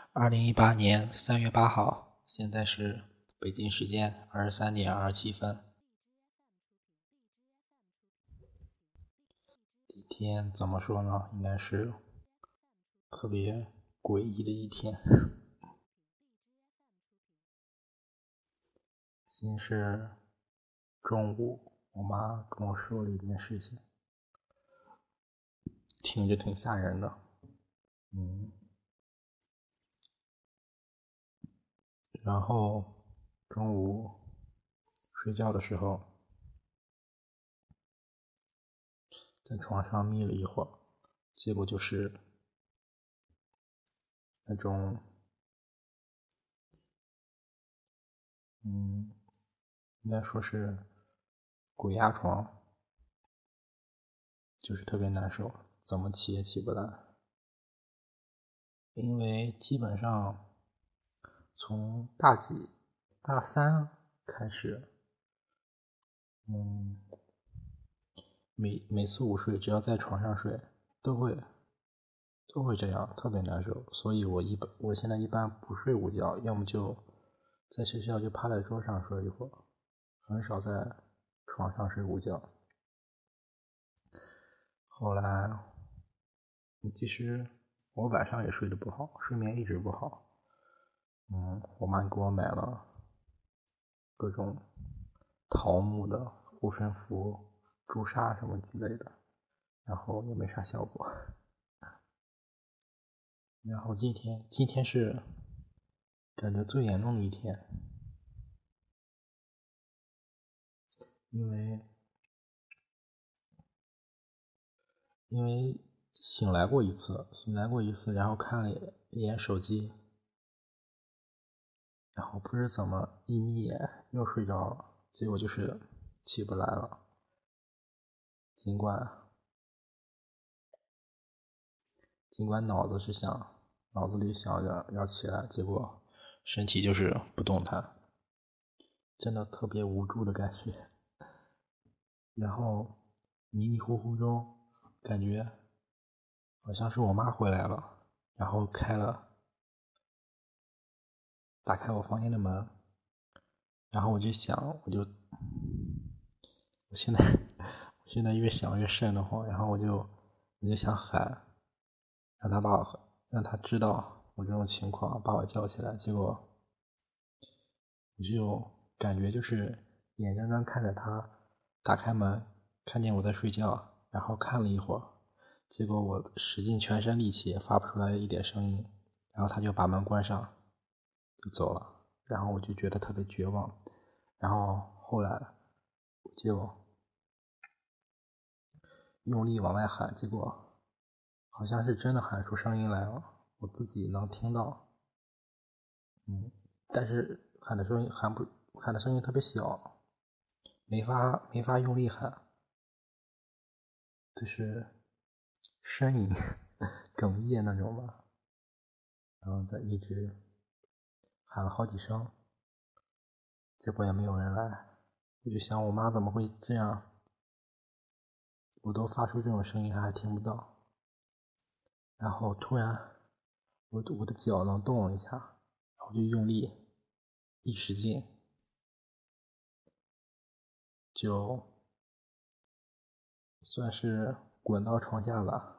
2018年3月8号，现在是北京时间23点27分。今天怎么说呢？应该是特别诡异的一天。先是中午，我妈跟我说了一件事情，听着挺吓人的。然后中午睡觉的时候，在床上眯了一会儿，结果就是那种应该说是鬼压床，就是特别难受，怎么起也起不来。因为基本上从大三开始，每次午睡只要在床上睡，都会这样，特别难受。所以我现在一般不睡午觉，要么就在学校就趴在桌上睡一会儿，很少在床上睡午觉。后来其实我晚上也睡得不好，睡眠一直不好。我妈给我买了各种桃木的护身符、朱砂什么之类的，然后也没啥效果。然后今天是感觉最严重的一天，因为醒来过一次，然后看了一眼手机，然后不知怎么一眯眼又睡着了，结果就是起不来了。尽管脑子里想着要起来，结果身体就是不动弹，真的特别无助的感觉。然后迷迷糊糊中感觉好像是我妈回来了，然后打开我房间的门，然后我现在越想越瘆得慌，然后我就想喊，让他知道我这种情况，把我叫起来。结果我就感觉就是眼睁睁看着他打开门，看见我在睡觉，然后看了一会儿，结果我使尽全身力气也发不出来一点声音，然后他就把门关上就走了。然后我就觉得特别绝望，然后后来我就用力往外喊，结果好像是真的喊出声音来了，我自己能听到。但是喊的声音特别小，没法用力喊，就是呻吟哽咽那种吧。然后他一直喊了好几声，结果也没有人来。我就想我妈怎么会这样，我都发出这种声音她还听不到。然后突然我的脚能动了一下，然后就用力一使劲，就算是滚到床下吧。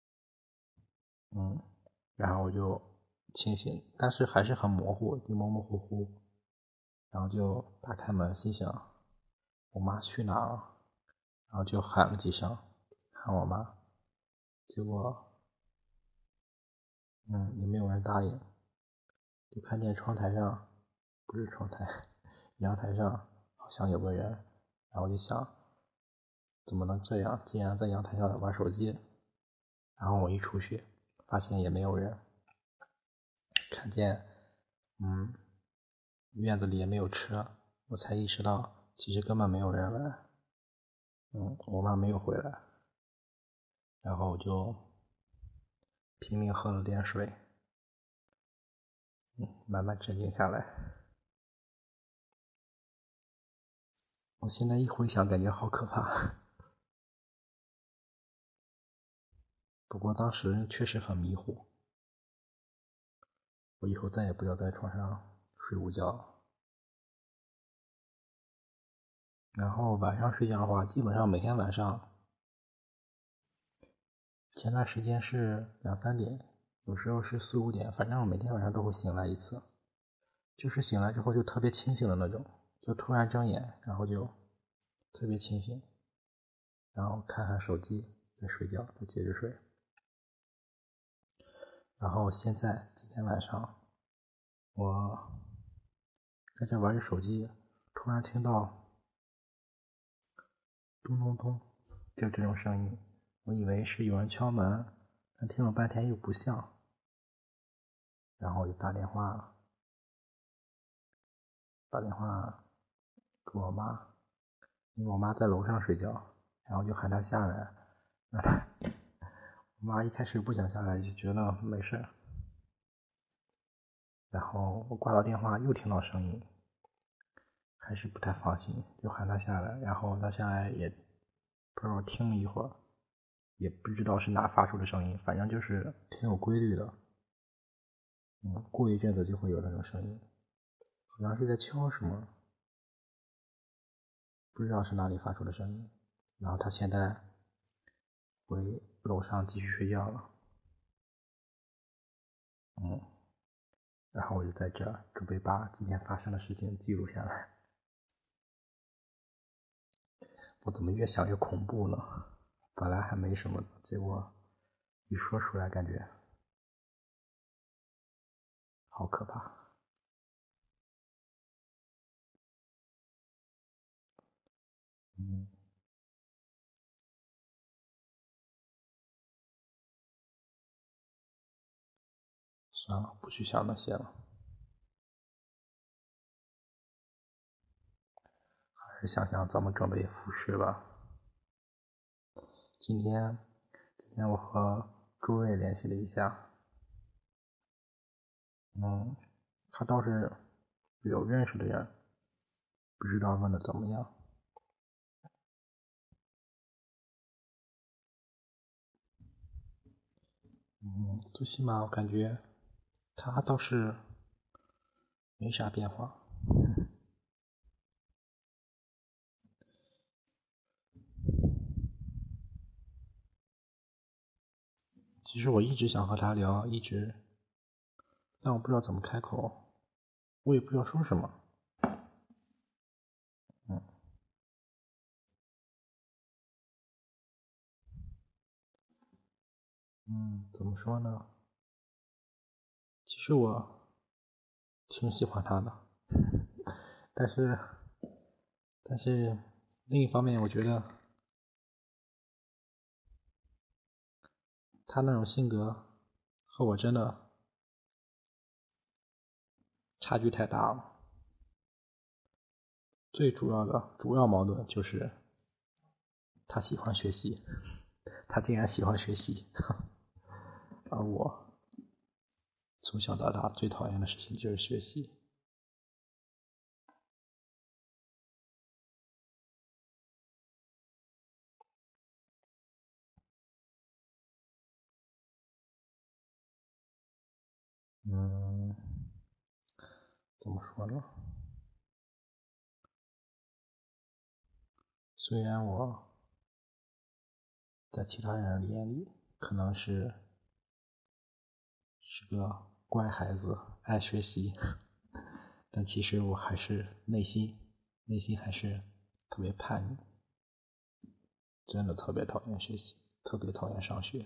然后我就清醒，但是还是很模糊，就模模糊糊。然后就打开门，心想我妈去哪了？然后就喊了几声，喊我妈，结果也没有人答应。就看见窗台上，不是窗台，阳台上好像有个人。然后我就想，怎么能这样？竟然在阳台上玩手机。然后我一出去，发现也没有人。看见院子里也没有车，我才意识到其实根本没有人来。我妈没有回来。然后我就拼命喝了点水，慢慢镇静下来。我现在一回想，感觉好可怕。不过当时确实很迷糊， 我以后再也不要在床上睡午觉。然后晚上睡觉的话，基本上每天晚上，前段时间是2、3点，有时候是4、5点，反正我每天晚上都会醒来一次，就是醒来之后就特别清醒的那种，就突然睁眼，然后就特别清醒，然后看看手机，再睡觉，再接着睡。然后今天晚上，我在这玩着手机，突然听到咚咚咚，就这种声音，我以为是有人敲门，但听了半天又不像，然后我就打电话给我妈，因为我妈在楼上睡觉，然后就喊她下来，我妈一开始不想下来，就觉得没事，然后我挂了电话又听到声音，还是不太放心，就喊她下来，然后她下来也不知道听了一会儿，也不知道是哪发出的声音，反正就是挺有规律的。过一阵子就会有那种声音，好像是在敲什么，不知道是哪里发出的声音。然后他现在回楼上继续睡觉了。然后我就在这准备把今天发生的事情记录下来。我怎么越想越恐怖呢？本来还没什么，结果一说出来感觉好可怕。算了，不去想那些了，还是想想怎么准备复试吧。今天我和朱瑞联系了一下，他倒是有认识的人，不知道问的怎么样。最起码我感觉他倒是没啥变化。其实我一直想和他聊，但我不知道怎么开口，我也不知道说什么。怎么说呢？其实我挺喜欢他的，但是另一方面，我觉得他那种性格和我真的差距太大了。最主要矛盾就是他喜欢学习，他竟然喜欢学习，而我从小到大最讨厌的事情就是学习。怎么说呢？虽然我在其他人眼里可能是个乖孩子，爱学习，但其实我还是内心还是特别叛逆，真的特别讨厌学习，特别讨厌上学。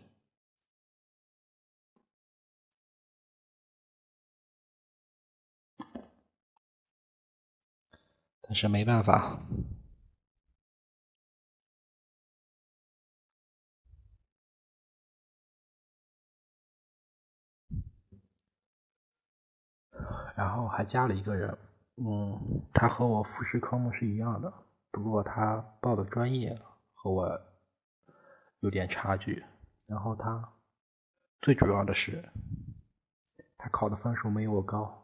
但是没办法。然后还加了一个人，他和我复试科目是一样的，不过他报的专业和我有点差距。然后他最主要的是，他考的分数没有我高。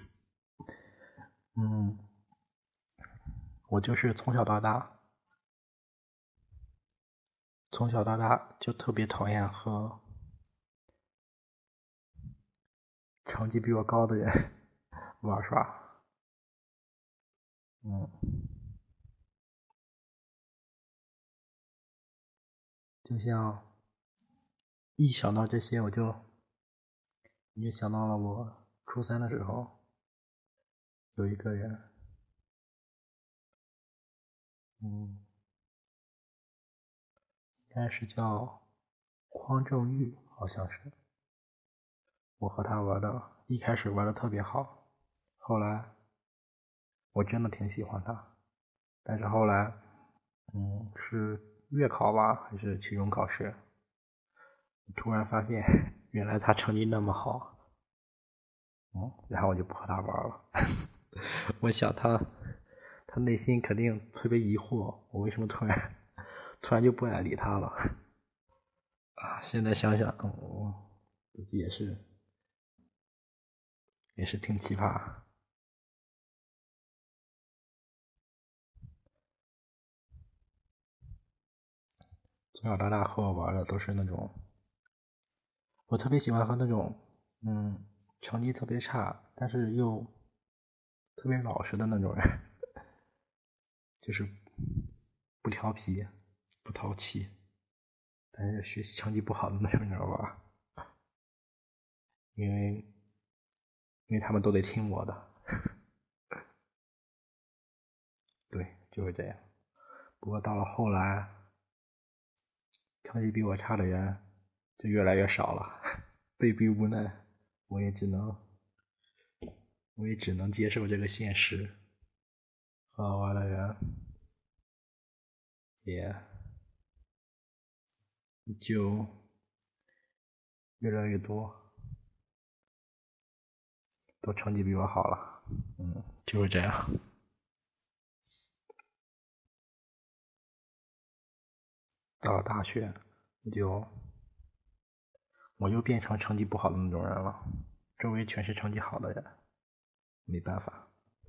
我就是从小到大就特别讨厌和成绩比我高的人玩耍。就像一想到这些，我就想到了我初三的时候，有一个人，应该是叫匡正玉，好像是。我和他玩的，一开始玩的特别好，后来我真的挺喜欢他，但是后来，是月考吧，还是期中考试？突然发现，原来他成绩那么好，然后我就不和他玩了。我想他内心肯定特别疑惑，我为什么突然就不爱理他了？啊，现在想想，自己也是挺奇葩。从小到大和我玩的都是那种，我特别喜欢和那种，成绩特别差，但是又特别老实的那种人，就是不调皮、不淘气，但是学习成绩不好的那种人玩，因为他们都得听我的，对，就是这样。不过到了后来，成绩比我差的人就越来越少了，被逼无奈，我也只能接受这个现实，和我玩的人也就越来越多，都成绩比我好了，就是这样。到了大学，我又变成成绩不好的那种人了，周围全是成绩好的人，没办法。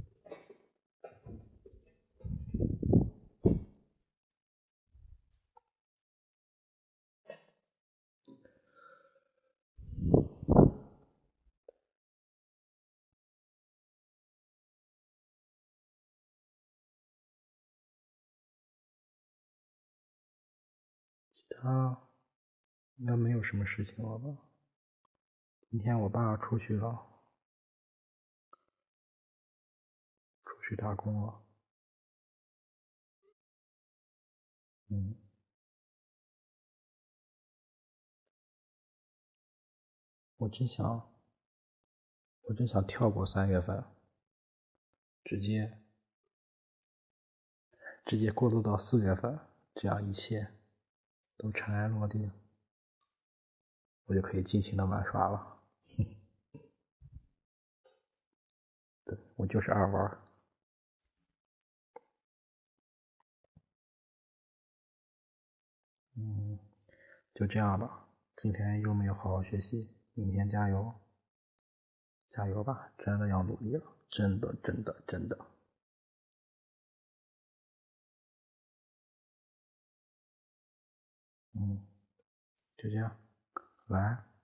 他应该没有什么事情了吧？今天我爸出去了，出去打工了。我真想，跳过3月份，直接过渡到4月份，这样一切都尘埃落定，我就可以尽情的玩耍了。对，我就是爱玩。就这样吧。今天又没有好好学习，明天加油，加油吧！真的要努力了，真的，真的，真的。就这样，晚安。